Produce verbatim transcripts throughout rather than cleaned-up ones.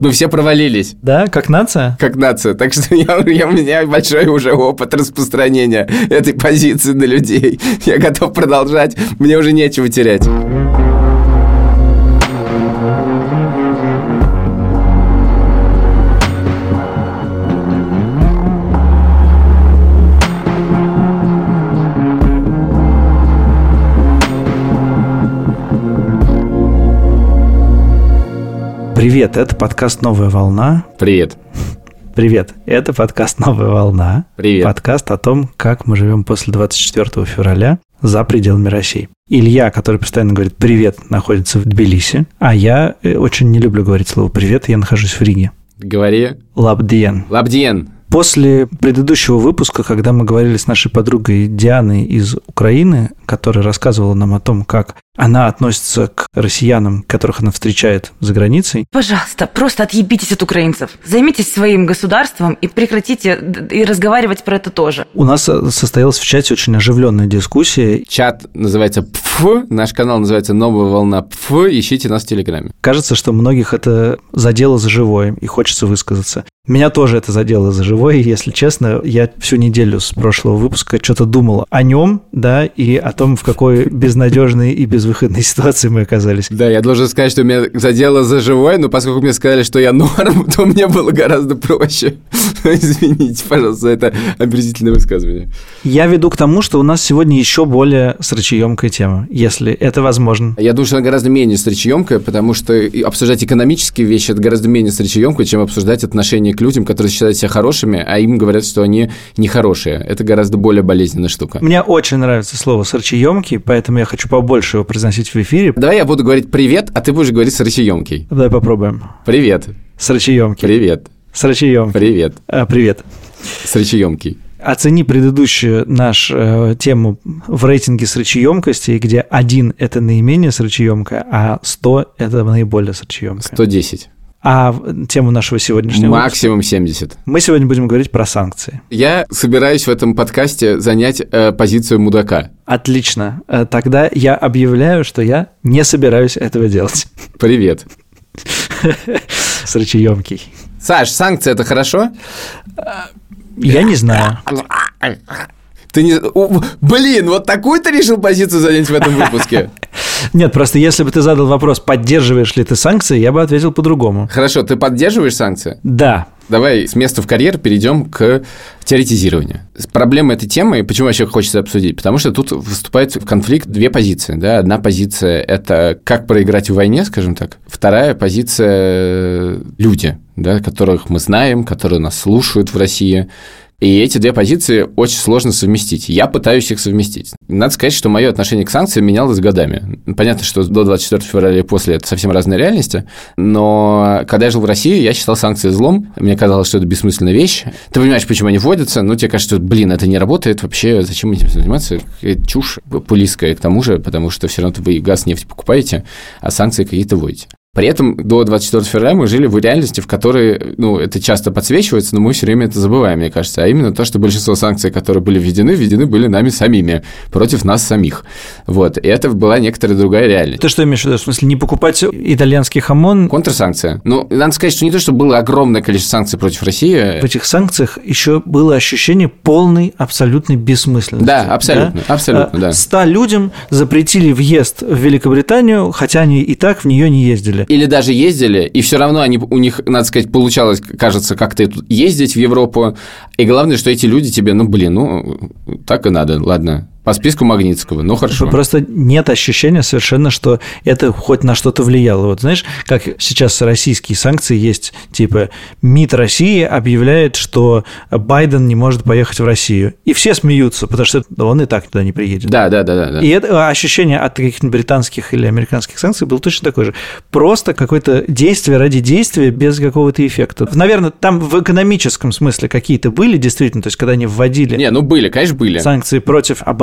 Ну, все провалились. Да, как нация? Как нация. Так что я, я, у меня большой уже опыт распространения этой позиции на людей. Я готов продолжать. Мне уже нечего терять. Привет, это подкаст «Новая волна». Привет. Привет, это подкаст «Новая волна». Привет. Подкаст о том, как мы живем после двадцать четвёртого февраля за пределами России. Илья, который постоянно говорит «привет», находится в Тбилиси, а я очень не люблю говорить слово «привет», я нахожусь в Риге. Говори. Лабдиен. Лабдиен. После предыдущего выпуска, когда мы говорили с нашей подругой Дианой из Украины, которая рассказывала нам о том, как она относится к россиянам, которых она встречает за границей. Пожалуйста, просто отъебитесь от украинцев. Займитесь своим государством и прекратите и разговаривать про это тоже. У нас состоялась в чате очень оживленная дискуссия. Чат называется ПФ, наш канал называется «Новая волна ПФ», ищите нас в Телеграме. Кажется, что многих это задело за живое, и хочется высказаться. Меня тоже это задело за живое, и, если честно, я всю неделю с прошлого выпуска что-то думал о нем, да, и о том, в какой безнадежной и безвыходной ситуации мы оказались. Да, я должен сказать, что меня задело за живое, но поскольку мне сказали, что я норм, то мне было гораздо проще. Извините, пожалуйста, за это омерзительное высказывание. Я веду к тому, что у нас сегодня еще более срачеемкая тема, если это возможно. Я думаю, что она гораздо менее срачеемкая, потому что обсуждать экономические вещи – это гораздо менее срачеемко, чем обсуждать отношения к людям, которые считают себя хорошими, а им говорят, что они нехорошие. Это гораздо более болезненная штука. Мне очень нравится слово «срачеемкий», поэтому я хочу побольше его произносить в эфире. Давай я буду говорить «привет», а ты будешь говорить «срачеемкий». Давай попробуем. Привет. Срачеемкий. Привет. Срачеемкий. Привет. А, привет. Срачеемкий. Оцени предыдущую нашу э, тему в рейтинге срачеемкости, где один – это наименее срачеемкая, а сто – это наиболее срачеемкая. сто десять. А тему нашего сегодняшнего максимум выпуска, семьдесят. Мы сегодня будем говорить про санкции. Я собираюсь в этом подкасте занять э, позицию мудака. Отлично. Тогда я объявляю, что я не собираюсь этого делать. Привет. Срачеемкий. Саш, санкции – это хорошо? Я не знаю. Ты не... Блин, вот такую ты решил позицию занять в этом выпуске? Нет, просто если бы ты задал вопрос, поддерживаешь ли ты санкции, я бы ответил по-другому. Хорошо, ты поддерживаешь санкции? Да. Давай с места в карьер перейдем к теоретизированию. Проблема этой темы, и почему вообще хочется обсудить, потому что тут выступает в конфликт две позиции. Да? Одна позиция – это как проиграть в войне, скажем так. Вторая позиция – люди, да, которых мы знаем, которые нас слушают в России. И эти две позиции очень сложно совместить. Я пытаюсь их совместить. Надо сказать, что мое отношение к санкциям менялось годами. Понятно, что до двадцать четвёртого февраля и после это совсем разные реальности, но когда я жил в России, я считал санкции злом. Мне казалось, что это бессмысленная вещь. Ты понимаешь, почему они вводятся, но тебе кажется, что, блин, это не работает вообще, зачем этим заниматься? Это чушь популистская к тому же, потому что все равно вы газ, нефть покупаете, а санкции какие-то вводите. При этом до двадцать четвёртого февраля мы жили в реальности, в которой, ну, это часто подсвечивается, но мы все время это забываем, мне кажется, а именно то, что большинство санкций, которые были введены, введены были нами самими, против нас самих. Вот, и это была некоторая другая реальность. Ты что имеешь в виду? В смысле, не покупать итальянский хамон? Контрсанкция. Ну, надо сказать, что не то, что было огромное количество санкций против России. В этих санкциях еще было ощущение полной, абсолютной бессмысленности. Да, абсолютно, да? абсолютно, да. Ста людям запретили въезд в Великобританию, хотя они и так в нее не ездили. Или даже ездили, и все равно они, у них, надо сказать, получалось, кажется, как-то ездить в Европу. И главное, что эти люди тебе, ну, блин, ну, так и надо, ладно. По списку Магнитского, ну хорошо. Просто нет ощущения совершенно, что это хоть на что-то влияло. Вот знаешь, как сейчас российские санкции есть, типа МИД России объявляет, что Байден не может поехать в Россию. И все смеются, потому что он и так туда не приедет. Да, да, да. да, да. И это ощущение от каких-нибудь британских или американских санкций было точно такое же. Просто какое-то действие ради действия без какого-то эффекта. Наверное, там в экономическом смысле какие-то были действительно, то есть когда они вводили... Не, ну были, конечно, были. Санкции против обороны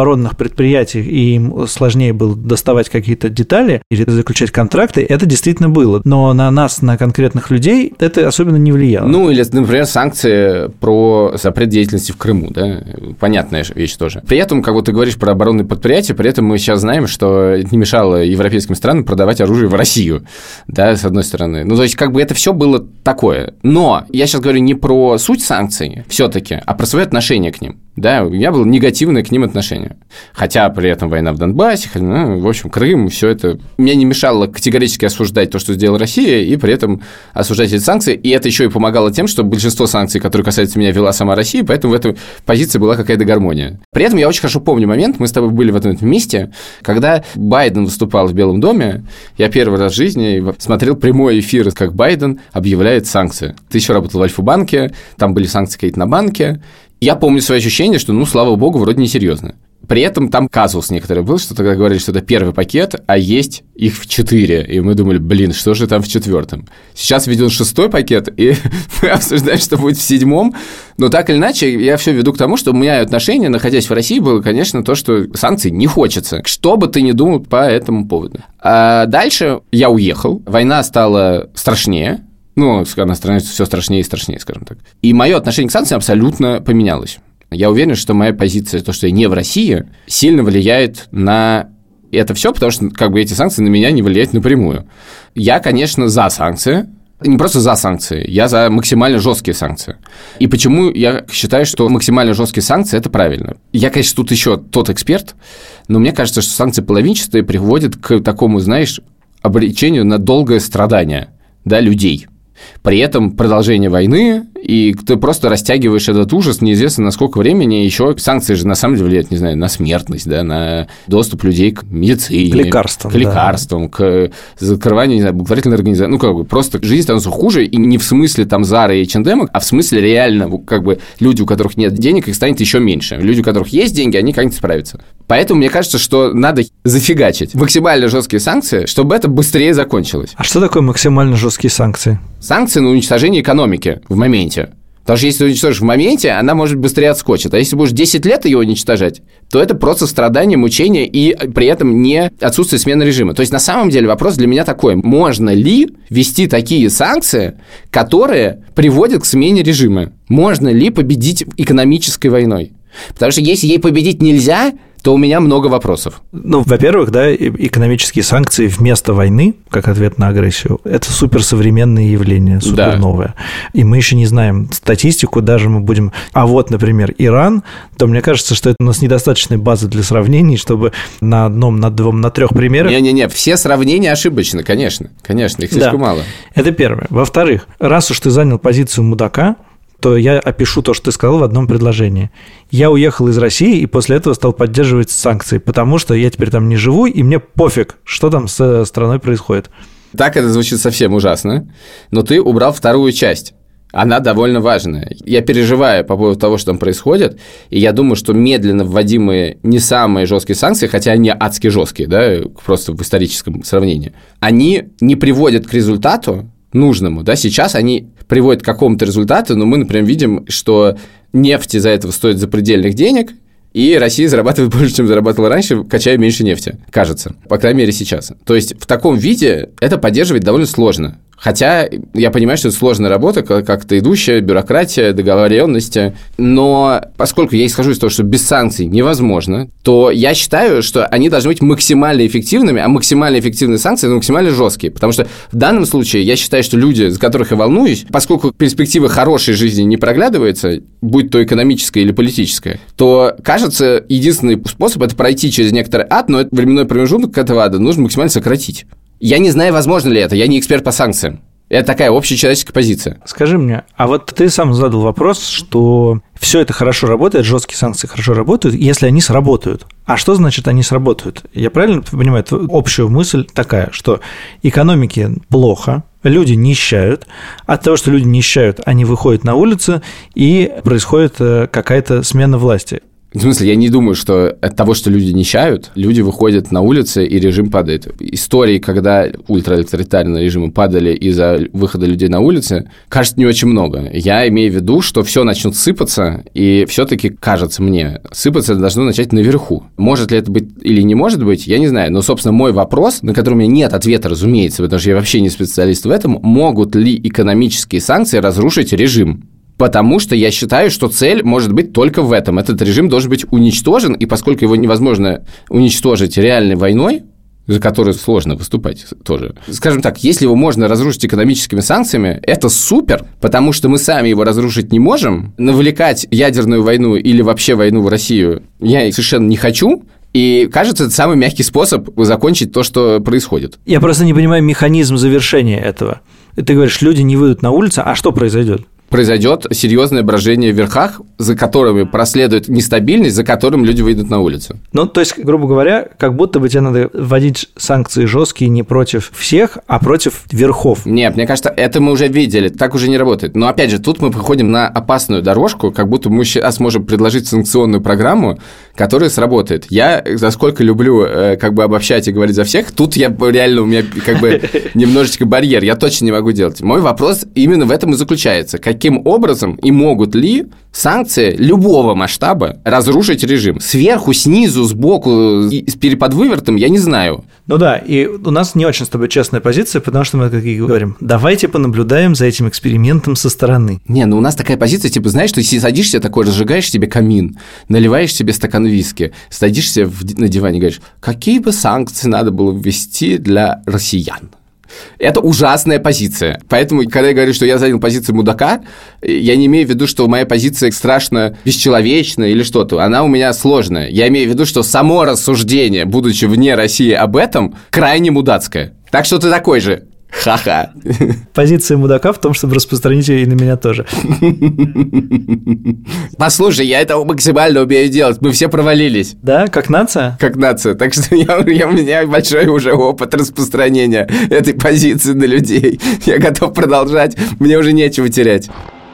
оборонных предприятий, и им сложнее было доставать какие-то детали или заключать контракты, это действительно было. Но на нас, на конкретных людей, это особенно не влияло. Ну, или, например, санкции про запрет деятельности в Крыму, да, понятная вещь тоже. При этом, как вот ты говоришь про оборонные предприятия, при этом мы сейчас знаем, что это не мешало европейским странам продавать оружие в Россию, да, с одной стороны. Ну, то есть, как бы это все было такое. Но я сейчас говорю не про суть санкций все-таки, а про свое отношение к ним. Да, у меня было негативное к ним отношение. Хотя при этом война в Донбассе, ну, в общем, Крым, все это меня не мешало категорически осуждать то, что сделала Россия, и при этом осуждать эти санкции. И это еще и помогало тем, что большинство санкций, которые касаются меня, вела сама Россия, поэтому в этой позиции была какая-то гармония. При этом я очень хорошо помню момент, мы с тобой были в этом месте, когда Байден выступал в Белом доме, я первый раз в жизни смотрел прямой эфир, как Байден объявляет санкции. Ты еще работал в Альфа-банке, там были санкции какие-то на банке. Я помню свое ощущение, что, ну, слава богу, вроде несерьезно. При этом там казус некоторый был, что тогда говорили, что это первый пакет, а есть их в четыре. И мы думали, блин, что же там в четвертом? Сейчас введен шестой пакет, и мы обсуждаем, что будет в седьмом. Но так или иначе, я все веду к тому, что у меня отношение, находясь в России, было, конечно, то, что санкций не хочется. Что бы ты ни думал по этому поводу. А дальше я уехал, война стала страшнее. Ну, она становится все страшнее и страшнее, скажем так. И мое отношение к санкциям абсолютно поменялось. Я уверен, что моя позиция, то, что я не в России, сильно влияет на это все, потому что как бы эти санкции на меня не влияют напрямую. Я, конечно, за санкции. Не просто за санкции, я за максимально жесткие санкции. И почему я считаю, что максимально жесткие санкции – это правильно? Я, конечно, тут еще тот эксперт, но мне кажется, что санкции половинчатые приводят к такому, знаешь, обречению на долгое страдание, да, людей. При этом продолжение войны, и ты просто растягиваешь этот ужас неизвестно на сколько времени. Еще санкции же на самом деле влияют, не знаю, на смертность, да, на доступ людей к медицине, к лекарствам, к, лекарствам, да. к закрыванию, не знаю, благотворительной организации. Ну, как бы просто жизнь становится хуже, и не в смысле там Зары и эйч энд эм, а в смысле реально, как бы люди, у которых нет денег, их станет еще меньше. Люди, у которых есть деньги, они как-нибудь справятся. Поэтому мне кажется, что надо зафигачить максимально жесткие санкции, чтобы это быстрее закончилось. А что такое максимально жесткие санкции? Санкции на уничтожение экономики в моменте. Потому что если ты уничтожишь в моменте, она может быстрее отскочить. А если будешь десять лет ее уничтожать, то это просто страдание, мучение и при этом не отсутствие смены режима. То есть, на самом деле, вопрос для меня такой. Можно ли ввести такие санкции, которые приводят к смене режима? Можно ли победить экономической войной? Потому что если ей победить нельзя, то у меня много вопросов. Ну, во-первых, да, экономические санкции вместо войны, как ответ на агрессию, это суперсовременное явление, суперновое. Да. И мы еще не знаем статистику, даже мы будем... А вот, например, Иран, то мне кажется, что это у нас недостаточной базы для сравнений, чтобы на одном, на двум, на трех примерах... Не-не-не, все сравнения ошибочны, конечно, конечно, их слишком да. мало. Это первое. Во-вторых, раз уж ты занял позицию мудака, то я опишу то, что ты сказал в одном предложении. Я уехал из России и после этого стал поддерживать санкции, потому что я теперь там не живу, и мне пофиг, что там с страной происходит. Так это звучит совсем ужасно, но ты убрал вторую часть. Она довольно важная. Я переживаю по поводу того, что там происходит, и я думаю, что медленно вводимые не самые жесткие санкции, хотя они адски жесткие, да, просто в историческом сравнении, они не приводят к результату нужному, да, сейчас они приводят к какому-то результату, но мы, например, видим, что нефть из-за этого стоит запредельных денег, и Россия зарабатывает больше, чем зарабатывала раньше, качая меньше нефти, кажется, по крайней мере, сейчас. То есть, в таком виде это поддерживать довольно сложно. Хотя я понимаю, что это сложная работа, как-то идущая, бюрократия, договоренности, но поскольку я исхожу из того, что без санкций невозможно, то я считаю, что они должны быть максимально эффективными, а максимально эффективные санкции – это максимально жесткие, потому что в данном случае я считаю, что люди, за которых я волнуюсь, поскольку перспективы хорошей жизни не проглядывается, будь то экономическая или политическая, то, кажется, единственный способ – это пройти через некоторый ад, но временной промежуток этого ада нужно максимально сократить. Я не знаю, возможно ли это, я не эксперт по санкциям. Это такая общечеловеческая позиция. Скажи мне, а вот ты сам задал вопрос, что все это хорошо работает, жесткие санкции хорошо работают, если они сработают. А что значит они сработают? Я правильно понимаю, общую мысль такая, что экономике плохо, люди нищают, от того, что люди нищают, они выходят на улицы, и происходит какая-то смена власти. В смысле, я не думаю, что от того, что люди нищают, люди выходят на улицы, и режим падает. Истории, когда ультраавторитарные режимы падали из-за выхода людей на улицы, кажется, не очень много. Я имею в виду, что все начнет сыпаться, и все-таки, кажется мне, сыпаться должно начать наверху. Может ли это быть или не может быть, я не знаю. Но, собственно, мой вопрос, на который у меня нет ответа, разумеется, потому что я вообще не специалист в этом, могут ли экономические санкции разрушить режим? Потому что я считаю, что цель может быть только в этом. Этот режим должен быть уничтожен, и поскольку его невозможно уничтожить реальной войной, за которую сложно выступать тоже. Скажем так, если его можно разрушить экономическими санкциями, это супер, потому что мы сами его разрушить не можем. Навлекать ядерную войну или вообще войну в Россию я совершенно не хочу. И, кажется, это самый мягкий способ закончить то, что происходит. Я просто не понимаю механизм завершения этого. Ты говоришь, люди не выйдут на улицу, а что произойдет? Произойдет серьезное брожение в верхах, за которыми проследует нестабильность, за которым люди выйдут на улицу. Ну, то есть, грубо говоря, как будто бы тебе надо вводить санкции жесткие не против всех, а против верхов. Нет, мне кажется, это мы уже видели, так уже не работает. Но, опять же, тут мы выходим на опасную дорожку, как будто мы сейчас можем предложить санкционную программу, которая сработает. Я, насколько люблю как бы обобщать и говорить за всех, тут я реально, у меня как бы немножечко барьер, я точно не могу делать. Мой вопрос именно в этом и заключается. Каким образом и могут ли санкции любого масштаба разрушить режим? Сверху, снизу, сбоку, с переподвывертом, я не знаю. Ну да, и у нас не очень с тобой честная позиция, потому что мы, как и говорим, давайте понаблюдаем за этим экспериментом со стороны. Не, ну у нас такая позиция, типа, знаешь, что если садишься такой, разжигаешь себе камин, наливаешь себе стакан виски, садишься в, на диване и говоришь, какие бы санкции надо было ввести для россиян? Это ужасная позиция. Поэтому, когда я говорю, что я занял позицию мудака, я не имею в виду, что моя позиция страшно бесчеловечная или что-то. Она у меня сложная. Я имею в виду, что само рассуждение, будучи вне России об этом, крайне мудацкое. Так что ты такой же. Ха-ха. Позиция мудака в том, чтобы распространить ее и на меня тоже. Послушай, я это максимально умею делать. Мы все провалились. Да, как нация? Как нация. Так что я, я, у меня большой уже опыт распространения этой позиции на людей. Я готов продолжать. Мне уже нечего терять.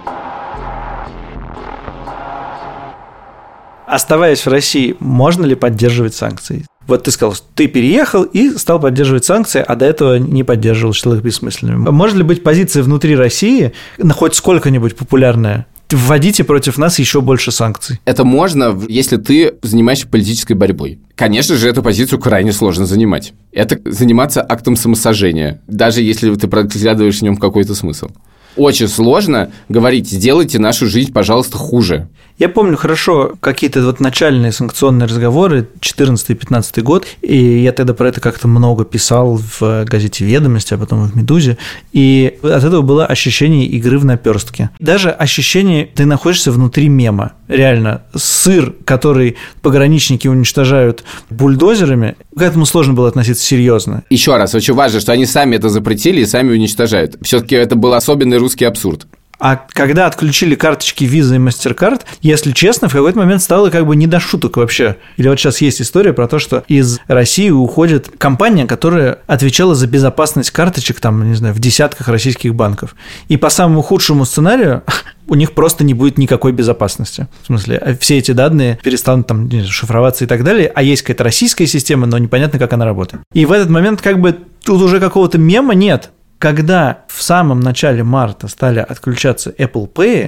Оставаясь в России, можно ли поддерживать санкции? Вот ты сказал, что ты переехал и стал поддерживать санкции, а до этого не поддерживал, считал их бессмысленными. Может ли быть позиция внутри России, хоть сколько-нибудь популярная? Вводите против нас еще больше санкций. Это можно, если ты занимаешься политической борьбой. Конечно же, эту позицию крайне сложно занимать. Это заниматься актом самосожжения, даже если ты проглядываешь в нем какой-то смысл. Очень сложно говорить, сделайте нашу жизнь, пожалуйста, хуже. Я помню хорошо какие-то вот начальные санкционные разговоры, четырнадцатый-пятнадцатый год, и я тогда про это как-то много писал в газете «Ведомости», а потом в «Медузе», и от этого было ощущение игры в наперстке. Даже ощущение, ты находишься внутри мема. Реально, сыр, который пограничники уничтожают бульдозерами, к этому сложно было относиться серьезно. Еще раз, очень важно, что они сами это запретили и сами уничтожают. Все-таки это был особенный русский абсурд. А когда отключили карточки Visa и MasterCard, если честно, в какой-то момент стало как бы не до шуток вообще. Или вот сейчас есть история про то, что из России уходит компания, которая отвечала за безопасность карточек, там, не знаю, в десятках российских банков. И по самому худшему сценарию у них просто не будет никакой безопасности. В смысле, все эти данные перестанут там не знаю, шифроваться и так далее, а есть какая-то российская система, но непонятно, как она работает. И в этот момент как бы тут уже какого-то мема нет. Когда в самом начале марта стали отключаться Apple Pay,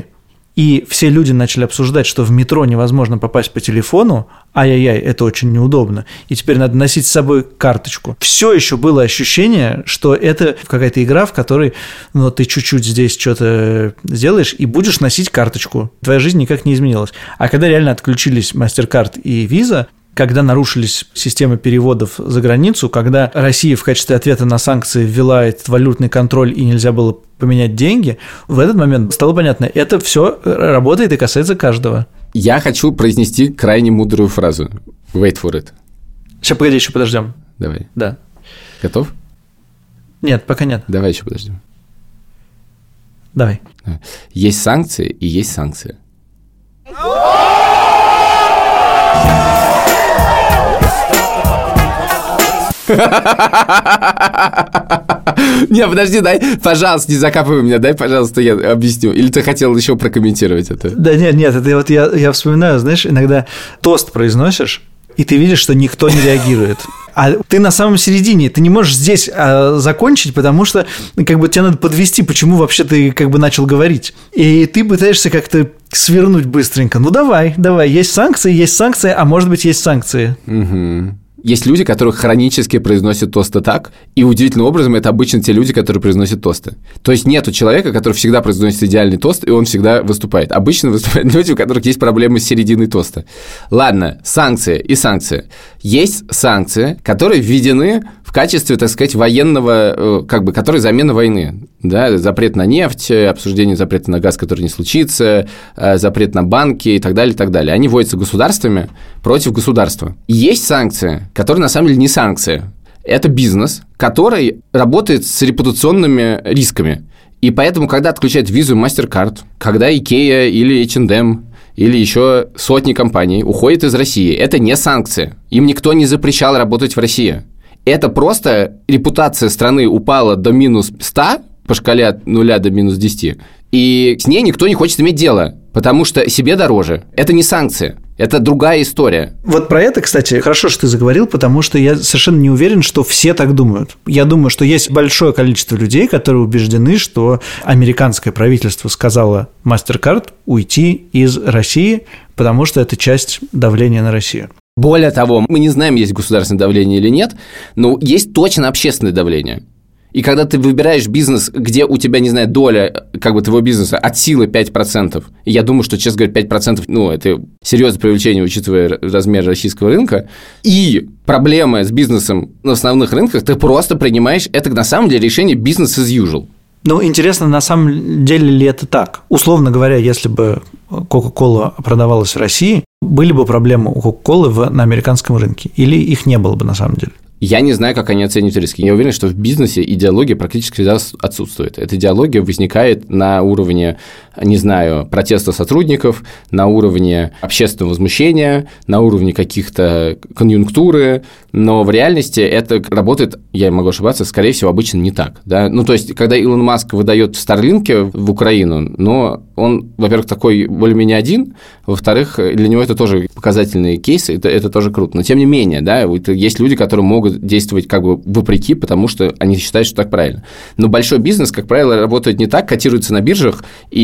и все люди начали обсуждать, что в метро невозможно попасть по телефону, ай-яй-яй, это очень неудобно, и теперь надо носить с собой карточку. Все еще было ощущение, что это какая-то игра, в которой ну, ты чуть-чуть здесь что-то сделаешь и будешь носить карточку. Твоя жизнь никак не изменилась. А когда реально отключились MasterCard и Visa, когда нарушились системы переводов за границу, когда Россия в качестве ответа на санкции ввела этот валютный контроль и нельзя было поменять деньги, в этот момент стало понятно, это все работает и касается каждого. Я хочу произнести крайне мудрую фразу. Wait for it. Сейчас, погоди, еще подождем. Давай. Да. Готов? Нет, пока нет. Давай еще подождем. Давай. Есть санкции и есть санкции. Ha ha ha ha ha ha ha! Не, подожди, дай, пожалуйста, не закапывай меня, дай, пожалуйста, я объясню. Или ты хотел еще прокомментировать это? Да нет, нет, это вот я, я вспоминаю, знаешь, иногда тост произносишь, и ты видишь, что никто не реагирует. А ты на самом середине, ты не можешь здесь а, закончить, потому что как бы тебе надо подвести, почему вообще ты как бы начал говорить. И ты пытаешься как-то свернуть быстренько. Ну давай, давай, есть санкции, есть санкции, а может быть есть санкции. Угу. Есть люди, которые хронически произносят тосты так, и удивительным образом это обычно те люди, которые произносят тосты. То есть нету человека, который всегда произносит идеальный тост, и он всегда выступает. Обычно выступают люди, у которых есть проблемы с серединой тоста. Ладно, санкции и санкции. Есть санкции, которые введены в качестве, так сказать, военного, как бы, которые замена войны. Да, запрет на нефть, обсуждение запрета на газ, который не случится, запрет на банки и так далее, и так далее. Они вводятся государствами против государства. Есть санкции, которые на самом деле не санкции. Это бизнес, который работает с репутационными рисками. И поэтому, когда отключают визу и MasterCard, когда IKEA или эйч энд эм или еще сотни компаний уходят из России, это не санкции. Им никто не запрещал работать в России. Это просто репутация страны упала до минус ста по шкале от нуля до минус десяти, и с ней никто не хочет иметь дело, потому что себе дороже. Это не санкции, это другая история. Вот про это, кстати, хорошо, что ты заговорил, потому что я совершенно не уверен, что все так думают. Я думаю, что есть большое количество людей, которые убеждены, что американское правительство сказало MasterCard уйти из России, потому что это часть давления на Россию. Более того, мы не знаем, есть государственное давление или нет, но есть точно общественное давление. И когда ты выбираешь бизнес, где у тебя, не знаю, доля как бы твоего бизнеса от силы пять процентов, и я думаю, что, честно говоря, пять процентов, ну, это серьезное привлечение, учитывая размер российского рынка, и проблемы с бизнесом на основных рынках, ты просто принимаешь это, на самом деле, решение business as usual. Ну, интересно, на самом деле ли это так? Условно говоря, если бы Coca-Cola продавалась в России, были бы проблемы у Coca-Cola на американском рынке? Или их не было бы на самом деле? Я не знаю, как они оценивают риски. Я уверен, что в бизнесе идеология практически всегда отсутствует. Эта идеология возникает на уровне, не знаю, протеста сотрудников, на уровне общественного возмущения, на уровне каких-то конъюнктуры, но в реальности это работает, я могу ошибаться, скорее всего, обычно не так. Да? Ну, то есть, когда Илон Маск выдает Starlink в Украину, но он, во-первых, такой более-менее один, во-вторых, для него это тоже показательные кейсы, это, это тоже круто. Но, тем не менее, да, есть люди, которые могут действовать как бы вопреки, потому что они считают, что так правильно. Но большой бизнес, как правило, работает не так, котируется на биржах,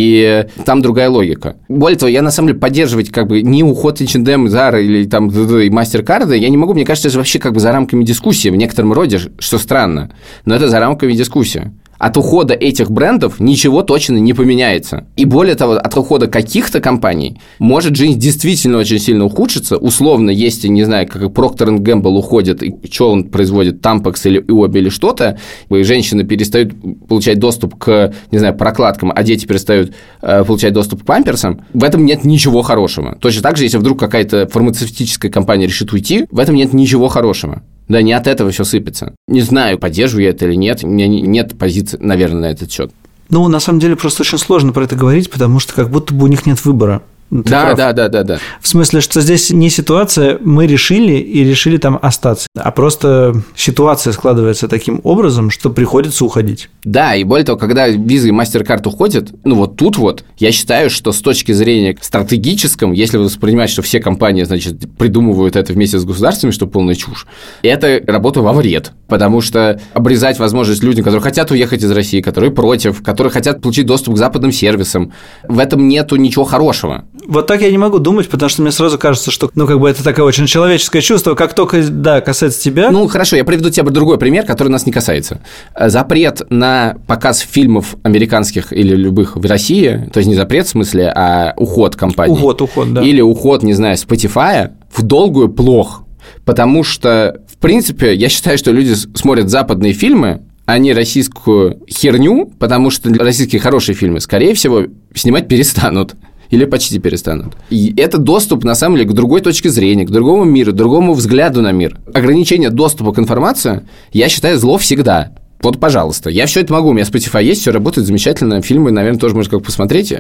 и там другая логика. Более того, я на самом деле поддерживать как бы не уход эйч энд эм, Zara или там и MasterCard, я не могу, мне кажется, это вообще как бы за рамками дискуссии в некотором роде, что странно, но это за рамками дискуссии. От ухода этих брендов ничего точно не поменяется. И более того, от ухода каких-то компаний может жизнь действительно очень сильно ухудшиться. Условно, если, не знаю, как Procter энд Gamble уходит, и что он производит, Tampax или Uob или что-то, и женщины перестают получать доступ к, не знаю, прокладкам, а дети перестают э, получать доступ к памперсам, в этом нет ничего хорошего. Точно так же, если вдруг какая-то фармацевтическая компания решит уйти, в этом нет ничего хорошего. Да, не от этого все сыпется. Не знаю, поддерживаю я это или нет, у меня нет позиции, наверное, на этот счет. Ну, на самом деле, просто очень сложно про это говорить, потому что как будто бы у них нет выбора. Ты да, прав. да, да, да, да. В смысле, что здесь не ситуация, мы решили и решили там остаться, а просто ситуация складывается таким образом, что приходится уходить. Да, и более того, когда Visa и MasterCard уходят, ну вот тут вот, я считаю, что с точки зрения стратегическом, если вы воспринимаете, что все компании, значит, придумывают это вместе с государствами, что полная чушь, это работа во вред, потому что обрезать возможность людям, которые хотят уехать из России, которые против, которые хотят получить доступ к западным сервисам, в этом нету ничего хорошего. Вот так я не могу думать, потому что мне сразу кажется, что, ну, как бы это такое очень человеческое чувство, как только, да, касается тебя. Ну, хорошо, я приведу тебе другой пример, который нас не касается. Запрет на показ фильмов американских или любых в России, то есть не запрет в смысле, а уход компании. Уход, уход, да. Или уход, не знаю, Spotify в долгую плох, потому что, в принципе, я считаю, что люди смотрят западные фильмы, а не российскую херню, потому что российские хорошие фильмы, скорее всего, снимать перестанут. Или почти перестанут. И это доступ, на самом деле, к другой точке зрения, к другому миру, к другому взгляду на мир. Ограничение доступа к информации, я считаю, зло всегда. Вот, пожалуйста, я все это могу, у меня Spotify есть, все работает замечательно, фильмы, наверное, тоже можно как посмотреть,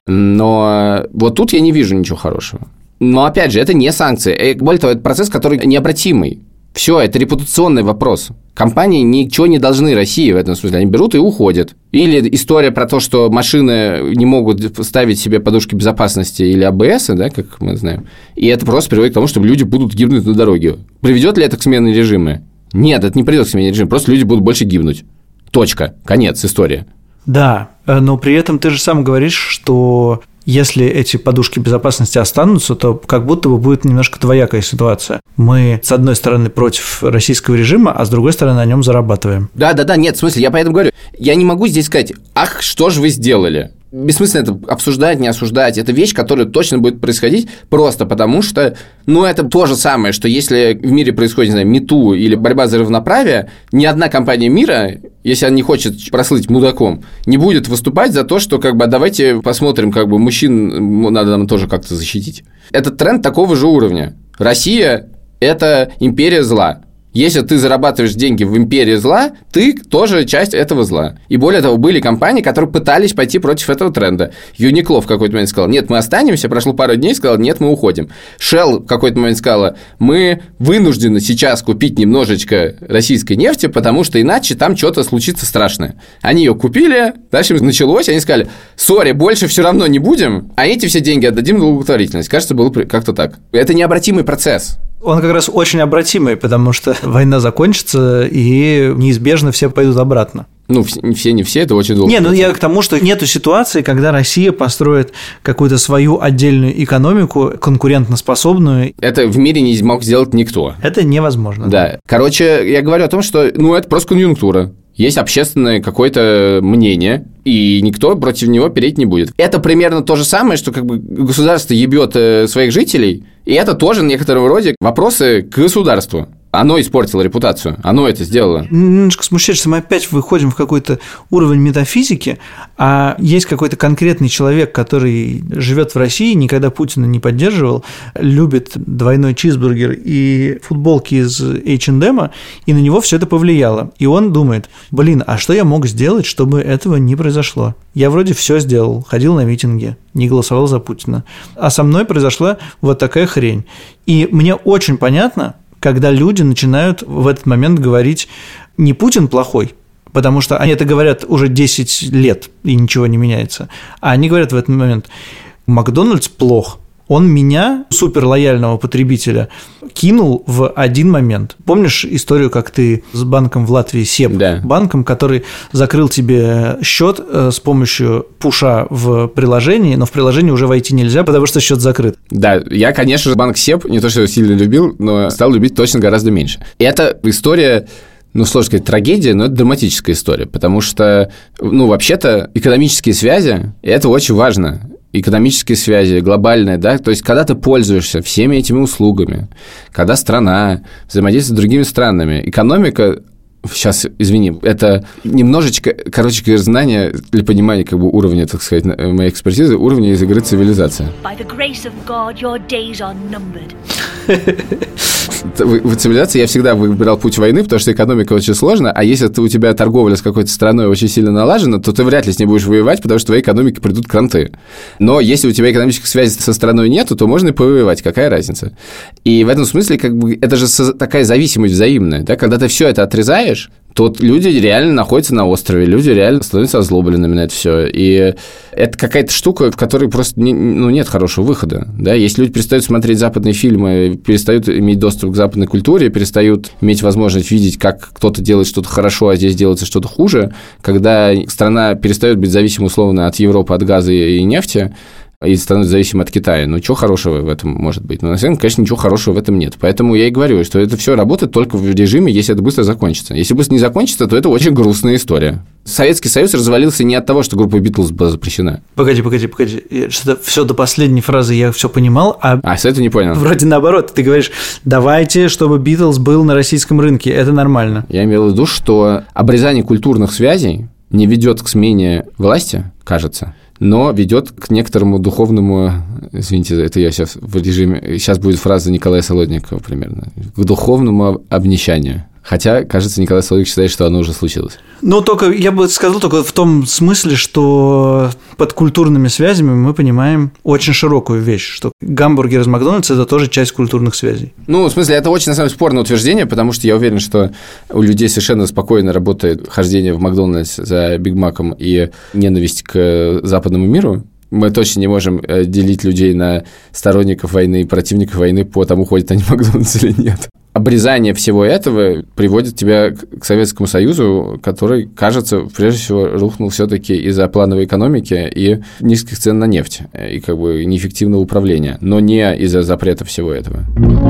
но вот тут я не вижу ничего хорошего. Но, опять же, это не санкции, более того, это процесс, который необратимый. Все, это репутационный вопрос. Компании ничего не должны России в этом смысле. Они берут и уходят. Или история про то, что машины не могут ставить себе подушки безопасности или а бэ эс, да, как мы знаем. И это просто приводит к тому, что люди будут гибнуть на дороге. Приведет ли это к смене режима? Нет, это не приведет к смене режима. Просто люди будут больше гибнуть. Точка. Конец истории. Да, но при этом ты же сам говоришь, что если эти подушки безопасности останутся, то как будто бы будет немножко двоякая ситуация. Мы, с одной стороны, против российского режима, а с другой стороны, на нем зарабатываем. Да-да-да, нет, в смысле, я поэтому говорю, я не могу здесь сказать, ах, что же вы сделали? Бессмысленно это обсуждать, не осуждать. Это вещь, которая точно будет происходить просто потому, что, ну, это то же самое, что если в мире происходит, не знаю, мету или борьба за равноправие, ни одна компания мира, если она не хочет прослыть мудаком, не будет выступать за то, что, как бы, давайте посмотрим, как бы, мужчин надо нам тоже как-то защитить. Этот тренд такого же уровня. Россия – это империя зла. Если ты зарабатываешь деньги в империи зла, ты тоже часть этого зла. И более того, были компании, которые пытались пойти против этого тренда. Uniqlo в какой-то момент сказал, нет, мы останемся, прошло пару дней, сказал, нет, мы уходим. Shell в какой-то момент сказала, мы вынуждены сейчас купить немножечко российской нефти, потому что иначе там что-то случится страшное. Они ее купили, дальше началось, они сказали, сори, больше все равно не будем, а эти все деньги отдадим на благотворительность. Кажется, было как-то так. Это необратимый процесс. Он как раз очень обратимый, потому что война закончится, и неизбежно все пойдут обратно. Ну, все не все, это очень долго. Не, ну я к тому, что нету ситуации, когда Россия построит какую-то свою отдельную экономику, конкурентоспособную. Это в мире не мог сделать никто. Это невозможно. Да. Короче, я говорю о том, что, ну, это просто конъюнктура. Есть общественное какое-то мнение, и никто против него переть не будет. Это примерно то же самое, что как бы государство ебет своих жителей, и это тоже в некотором роде вопросы к государству. Оно испортило репутацию, оно это сделало. Немножко смущает, что мы опять выходим в какой-то уровень метафизики, а есть какой-то конкретный человек, который живет в России, никогда Путина не поддерживал, любит двойной чизбургер и футболки из эйч энд эм, и на него все это повлияло. И он думает, блин, а что я мог сделать, чтобы этого не произошло? Я вроде все сделал, ходил на митинги, не голосовал за Путина, а со мной произошла вот такая хрень. И мне очень понятно, когда люди начинают в этот момент говорить не Путин плохой, потому что они это говорят уже десять лет, и ничего не меняется, а они говорят в этот момент Макдональдс плох, он меня, суперлояльного потребителя, кинул в один момент. Помнишь историю, как ты с банком в Латвии, Себ, да. банком, который закрыл тебе счет с помощью пуша в приложении, но в приложение уже войти нельзя, потому что счет закрыт. Да, я, конечно же, банк Себ не то, что сильно любил, но стал любить точно гораздо меньше. Это история... Ну, сложно сказать, трагедия, но это драматическая история, потому что, ну, вообще-то, экономические связи – это очень важно. Экономические связи, глобальные, да, то есть, когда ты пользуешься всеми этими услугами, когда страна взаимодействует с другими странами, экономика, сейчас, извини, это немножечко, короче, знание для понимания, как бы, уровня, так сказать, моей экспертизы, уровня из игры «Цивилизация». В цивилизации я всегда выбирал путь войны, потому что экономика очень сложна, а если у тебя торговля с какой-то страной очень сильно налажена, то ты вряд ли с ней будешь воевать, потому что в твоей экономике придут кранты. Но если у тебя экономических связей со страной нету, то можно и повоевать, какая разница? И в этом смысле, как бы, это же такая зависимость взаимная, да? Когда ты все это отрезаешь, то люди реально находятся на острове, люди реально становятся озлобленными на это все. И это какая-то штука, в которой просто не, ну, нет хорошего выхода. Да? Если люди перестают смотреть западные фильмы, перестают иметь доступ к западной культуре, перестают иметь возможность видеть, как кто-то делает что-то хорошо, а здесь делается что-то хуже, когда страна перестает быть зависимой условно от Европы, от газа и нефти, и становится зависимым от Китая. Ну, чего хорошего в этом может быть? Ну, на самом деле, конечно, ничего хорошего в этом нет. Поэтому я и говорю, что это все работает только в режиме, если это быстро закончится. Если быстро не закончится, то это очень грустная история. Советский Союз развалился не от того, что группа Битлз была запрещена. Погоди, погоди, погоди. Что-то все до последней фразы я все понимал, а... А, с этого не понял. Вроде наоборот. Ты говоришь, давайте, чтобы Битлз был на российском рынке. Это нормально. Я имел в виду, что обрезание культурных связей не ведет к смене власти, кажется, но ведет к некоторому духовному, извините, это я сейчас в режиме, сейчас будет фраза Николая Солодникова примерно, к духовному обнищанию. Хотя, кажется, Николай Соловик считает, что оно уже случилось. Ну, только, я бы сказал, только в том смысле, что под культурными связями мы понимаем очень широкую вещь, что гамбургер из Макдональдса – это тоже часть культурных связей. Ну, в смысле, это очень, на самом деле, спорное утверждение, потому что я уверен, что у людей совершенно спокойно работает хождение в Макдональдс за Биг Маком и ненависть к западному миру. Мы точно не можем делить людей на сторонников войны и противников войны по тому, ходят они в Макдональдс или нет. Обрезание всего этого приводит тебя к Советскому Союзу, который, кажется, прежде всего рухнул все-таки из-за плановой экономики и низких цен на нефть, и как бы неэффективного управления, но не из-за запрета всего этого.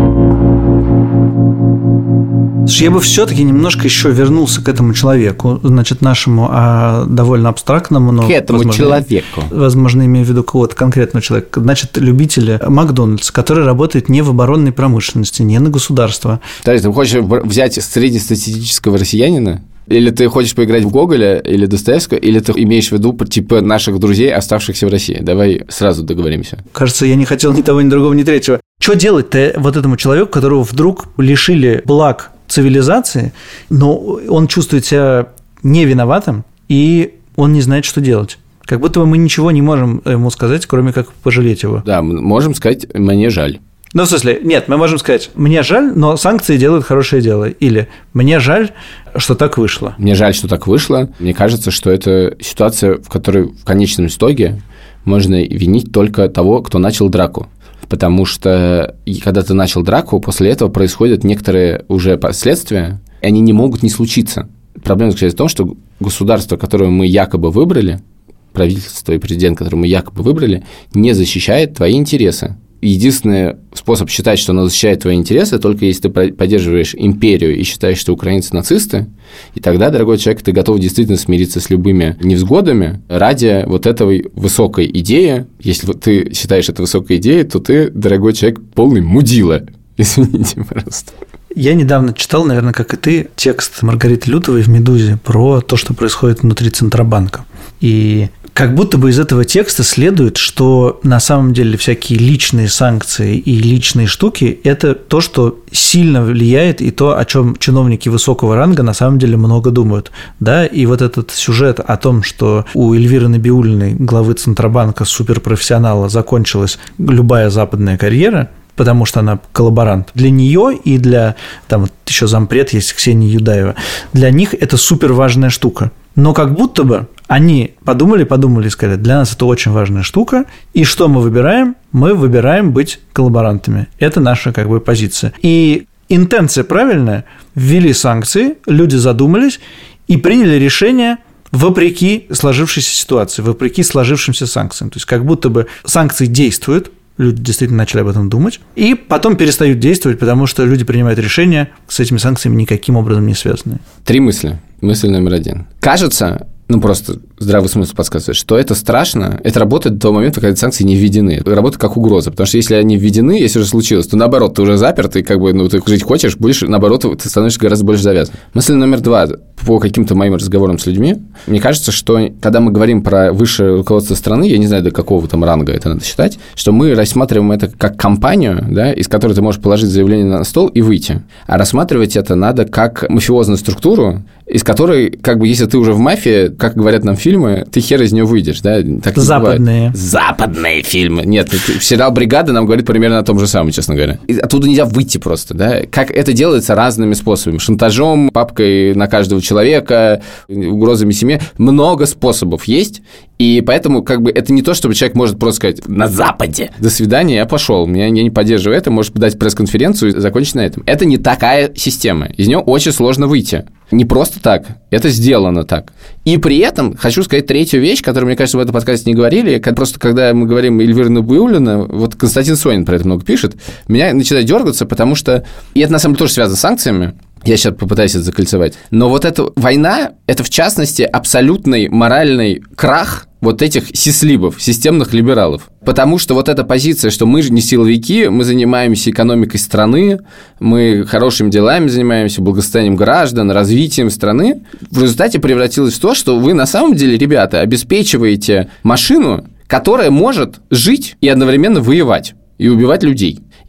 Я бы все-таки немножко еще вернулся к этому человеку, значит, нашему а, довольно абстрактному, но... К этому возможно, человеку. Возможно, имею в виду кого-то конкретного человека. Значит, любителя Макдональдс, который работает не в оборонной промышленности, не на государство. То есть ты хочешь взять среднестатистического россиянина? Или ты хочешь поиграть в Гоголя или Достоевского, или ты имеешь в виду типа наших друзей, оставшихся в России? Давай сразу договоримся. Кажется, я не хотел ни того, ни другого, ни третьего. Что делать-то вот этому человеку, которого вдруг лишили благ цивилизации, но он чувствует себя не виноватым, и он не знает, что делать? Как будто бы мы ничего не можем ему сказать, кроме как пожалеть его. Да, мы можем сказать «мне жаль». Ну, в смысле, нет, мы можем сказать «мне жаль, но санкции делают хорошее дело», или «мне жаль, что так вышло». Мне жаль, что так вышло. Мне кажется, что это ситуация, в которой в конечном итоге можно винить только того, кто начал драку. Потому что, когда ты начал драку, после этого происходят некоторые уже последствия, и они не могут не случиться. Проблема заключается в том, что государство, которое мы якобы выбрали, правительство и президент, которое мы якобы выбрали, не защищает твои интересы. Единственный способ считать, что оно защищает твои интересы, только если ты поддерживаешь империю и считаешь, что украинцы нацисты, и тогда, дорогой человек, ты готов действительно смириться с любыми невзгодами ради вот этой высокой идеи. Если ты считаешь это высокой идеей, то ты, дорогой человек, полный мудила. Извините, пожалуйста. Я недавно читал, наверное, как и ты, текст Маргариты Лютовой в «Медузе» про то, что происходит внутри Центробанка. И как будто бы из этого текста следует, что на самом деле всякие личные санкции и личные штуки – это то, что сильно влияет, и то, о чем чиновники высокого ранга на самом деле много думают. Да? И вот этот сюжет о том, что у Эльвиры Набиуллиной, главы Центробанка, суперпрофессионала, закончилась любая западная карьера, потому что она коллаборант. Для нее и для, там вот еще зампред есть Ксения Юдаева, для них это супер важная штука. Но как будто бы они подумали-подумали и сказали, для нас это очень важная штука, и что мы выбираем? Мы выбираем быть коллаборантами. Это наша как бы позиция. И интенция правильная, ввели санкции, люди задумались и приняли решение вопреки сложившейся ситуации, вопреки сложившимся санкциям. То есть как будто бы санкции действуют, люди действительно начали об этом думать, и потом перестают действовать, потому что люди принимают решения с этими санкциями никаким образом не связанные. Три мысли. Мысль номер один. Кажется, ну просто здравый смысл подсказывает, что это страшно, это работает до того момента, когда санкции не введены. Это работает как угроза, потому что если они введены, если уже случилось, то наоборот, ты уже заперт, и как бы, ну, ты жить хочешь, будешь, наоборот, ты становишься гораздо больше завязан. Мысль номер два. По каким-то моим разговорам с людьми, мне кажется, что когда мы говорим про высшее руководство страны, я не знаю, до какого там ранга это надо считать, что мы рассматриваем это как компанию, да, из которой ты можешь положить заявление на стол и выйти. А рассматривать это надо как мафиозную структуру, из которой, как бы, если ты уже в мафии, как говорят нам фильмы, ты хер из нее выйдешь, да? Так западные. Западные фильмы. Нет, сериал «Бригада» нам говорит примерно о том же самом, честно говоря. И оттуда нельзя выйти просто, да? Как это делается разными способами. Шантажом, папкой на каждого человека, угрозами семье. Много способов есть, и поэтому, как бы, это не то, чтобы человек может просто сказать «на Западе». До свидания, я пошел. Я не поддерживаю это, можешь дать пресс-конференцию и закончить на этом. Это не такая система. Из нее очень сложно выйти. Не просто так, это сделано так. И при этом хочу сказать третью вещь, которую, мне кажется, в этом подкасте не говорили. Просто когда мы говорим Эльвира Набиуллина, вот Константин Сонин про это много пишет, меня начинает дергаться, потому что... И это, на самом деле, тоже связано с санкциями. Я сейчас попытаюсь это закольцевать. Но вот эта война – это, в частности, абсолютный моральный крах вот этих сислибов, системных либералов. Потому что вот эта позиция, что мы же не силовики, мы занимаемся экономикой страны, мы хорошими делами занимаемся, благосостоянием граждан, развитием страны, в результате превратилась в то, что вы на самом деле, ребята, обеспечиваете машину, которая может жить и одновременно воевать и убивать людей. И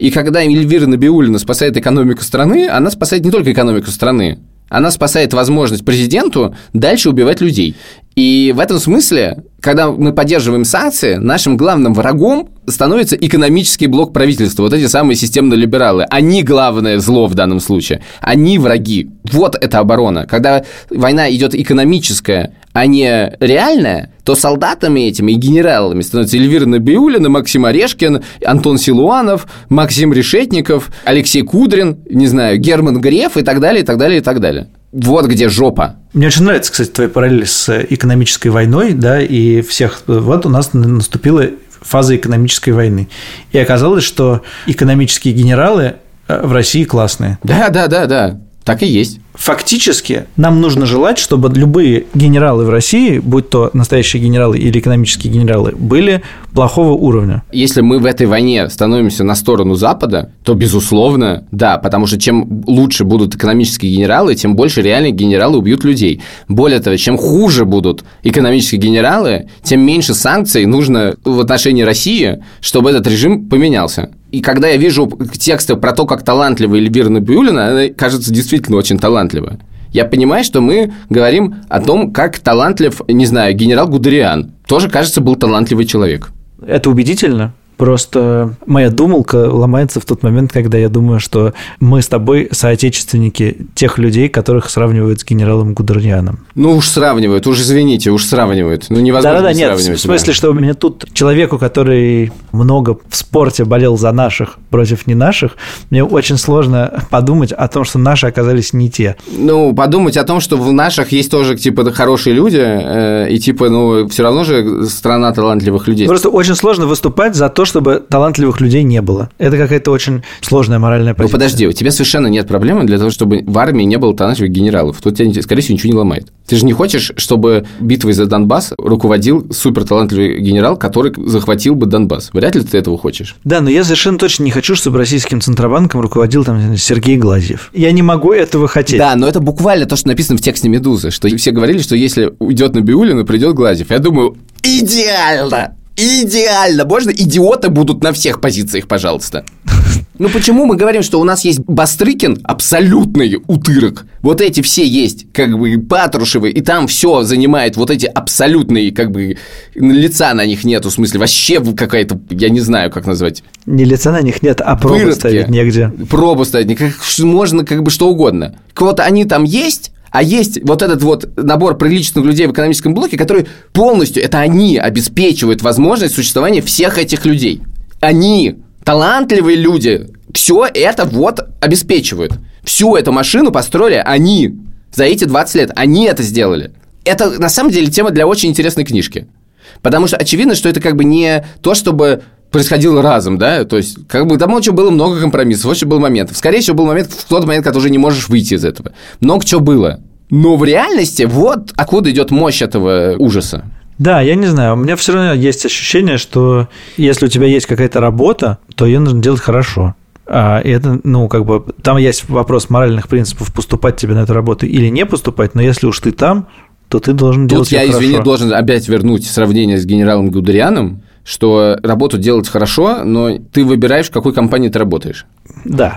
И когда Эльвира Набиуллина спасает экономику страны, она спасает не только экономику страны, она спасает возможность президенту дальше убивать людей. И в этом смысле, когда мы поддерживаем санкции, нашим главным врагом становится экономический блок правительства, вот эти самые системные либералы. Они главное зло в данном случае. Они враги. Вот это оборона. Когда война идет экономическая, а не реальная, то солдатами этими и генералами становятся Эльвира Набиуллина, Максим Орешкин, Антон Силуанов, Максим Решетников, Алексей Кудрин, не знаю, Герман Греф и так далее, и так далее, и так далее. Вот где жопа. Мне очень нравится, кстати, твои параллели с экономической войной, да, и всех. Вот у нас наступила фаза экономической войны. И оказалось, что экономические генералы в России классные. Да, да, да, да. Так и есть. Фактически нам нужно желать, чтобы любые генералы в России, будь то настоящие генералы или экономические генералы, были плохого уровня. Если мы в этой войне становимся на сторону Запада, то, безусловно, да, потому что чем лучше будут экономические генералы, тем больше реальные генералы убьют людей. Более того, чем хуже будут экономические генералы, тем меньше санкций нужно в отношении России, чтобы этот режим поменялся. И когда я вижу тексты про то, как талантливая Эльвира Набиуллина, она кажется действительно очень талантливой. Я понимаю, что мы говорим о том, как талантлив, не знаю, генерал Гудериан. Тоже, кажется, был талантливый человек. Это убедительно. Просто моя думалка ломается в тот момент, когда я думаю, что мы с тобой соотечественники тех людей, которых сравнивают с генералом Гудерианом. Ну уж сравнивают, уж извините, уж сравнивают. Ну невозможно Да-да-да, не нет, сравнивать. В смысле, да. Что у меня тут человеку, который много в спорте болел за наших против не наших, мне очень сложно подумать о том, что наши оказались не те. Ну, подумать о том, что в наших есть тоже, типа, хорошие люди, э, и, типа, ну, все равно же страна талантливых людей. Просто очень сложно выступать за то, чтобы талантливых людей не было. Это какая-то очень сложная моральная позиция. Ну, подожди, у тебя совершенно нет проблемы для того, чтобы в армии не было талантливых генералов. Тут тебя, скорее всего, ничего не ломает. Ты же не хочешь, чтобы битвой за Донбасс руководил суперталантливый генерал, который захватил бы Донбасс. Вряд ли ты этого хочешь. Да, но я совершенно точно не хочу, чтобы российским Центробанком руководил там Сергей Глазьев. Я не могу этого хотеть. Да, но это буквально то, что написано в тексте «Медузы», что все говорили, что если уйдет Набиуллина, придет Глазьев. Я думаю, идеально! Идеально! Можно идиоты будут на всех позициях, пожалуйста. Ну почему мы говорим, что у нас есть Бастрыкин, абсолютный утырок? Вот эти все есть, как бы, Патрушевы, и там все занимает вот эти абсолютные, как бы, лица на них нету, в смысле, вообще какая-то, я не знаю, как назвать. Не лица на них нет, а пробу Выродки. Ставить негде. Пробу ставить, как, можно как бы что угодно. Вот они там есть. А есть вот этот вот набор приличных людей в экономическом блоке, которые полностью, это они обеспечивают возможность существования всех этих людей. Они, талантливые люди, все это вот обеспечивают. Всю эту машину построили они за эти двадцать лет. Они это сделали. Это, на самом деле, тема для очень интересной книжки. Потому что очевидно, что это как бы не то, чтобы происходило разом, да, то есть, как бы, там очень было много компромиссов, очень был моментов. Скорее всего, был момент, в тот момент, когда уже не можешь выйти из этого. Много чего было. Но в реальности вот откуда идет мощь этого ужаса. Да, я не знаю, у меня все равно есть ощущение, что если у тебя есть какая-то работа, то ее нужно делать хорошо. А это, ну, как бы, там есть вопрос моральных принципов, поступать тебе на эту работу или не поступать, но если уж ты там, то ты должен делать ее хорошо. Тут я, извини, должен опять вернуть сравнение с генералом Гудерианом, что работу делать хорошо, но ты выбираешь, в какой компании ты работаешь. Да.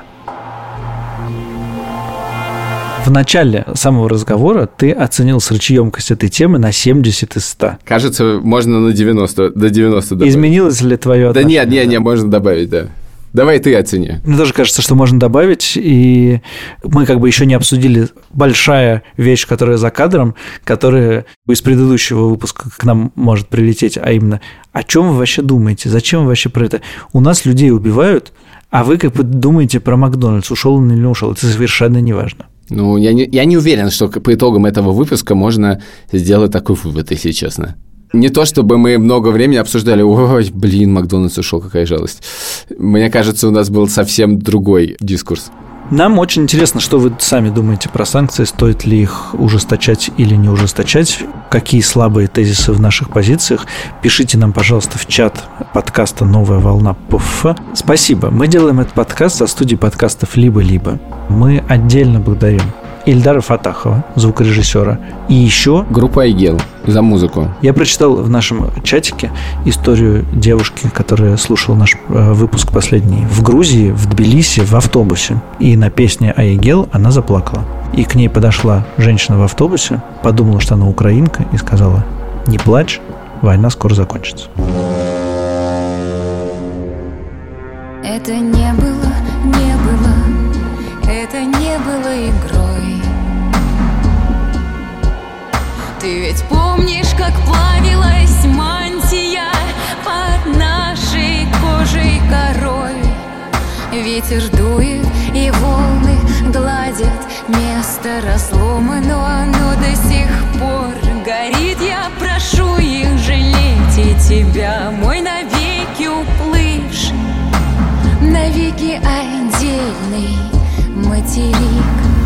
В начале самого разговора ты оценил срочеёмкость этой темы на семьдесят из ста. Кажется, можно на девяносто, до девяноста добавить. Изменилось ли твое отношение? Да нет, нет, нет, можно добавить, да. Давай ты оцени. Мне тоже кажется, что можно добавить, и мы как бы еще не обсудили большая вещь, которая за кадром, которая из предыдущего выпуска к нам может прилететь, а именно, о чем вы вообще думаете, зачем вы вообще про это? У нас людей убивают, а вы как бы думаете про Макдональдс, ушел он или не ушел, это совершенно не важно. Ну, я не, я не уверен, что по итогам этого выпуска можно сделать такой вывод, если честно. Не то, чтобы мы много времени обсуждали, ой, блин, Макдональдс ушел, какая жалость. Мне кажется, у нас был совсем другой дискурс. Нам очень интересно, что вы сами думаете про санкции, стоит ли их ужесточать или не ужесточать, какие слабые тезисы в наших позициях. Пишите нам, пожалуйста, в чат подкаста «Новая волна ПФ». Спасибо. Мы делаем этот подкаст со студии подкастов «Либо-либо». Мы отдельно благодарим Ильдара Фатахова, звукорежиссера. И еще... Группа Айгел за музыку. Я прочитал в нашем чатике историю девушки, которая слушала наш э, выпуск последний в Грузии, в Тбилиси, в автобусе. И на песне Айгел она заплакала. И к ней подошла женщина в автобусе, подумала, что она украинка, и сказала: «Не плачь, война скоро закончится». Это не было, не было, это не было игрой. Ты ведь помнишь, как плавилась мантия под нашей кожей корой? Ветер дует, и волны гладят место разлома, но оно до сих пор горит. Я прошу их жалеть и тебя, мой навеки уплывший, навеки отдельный материк.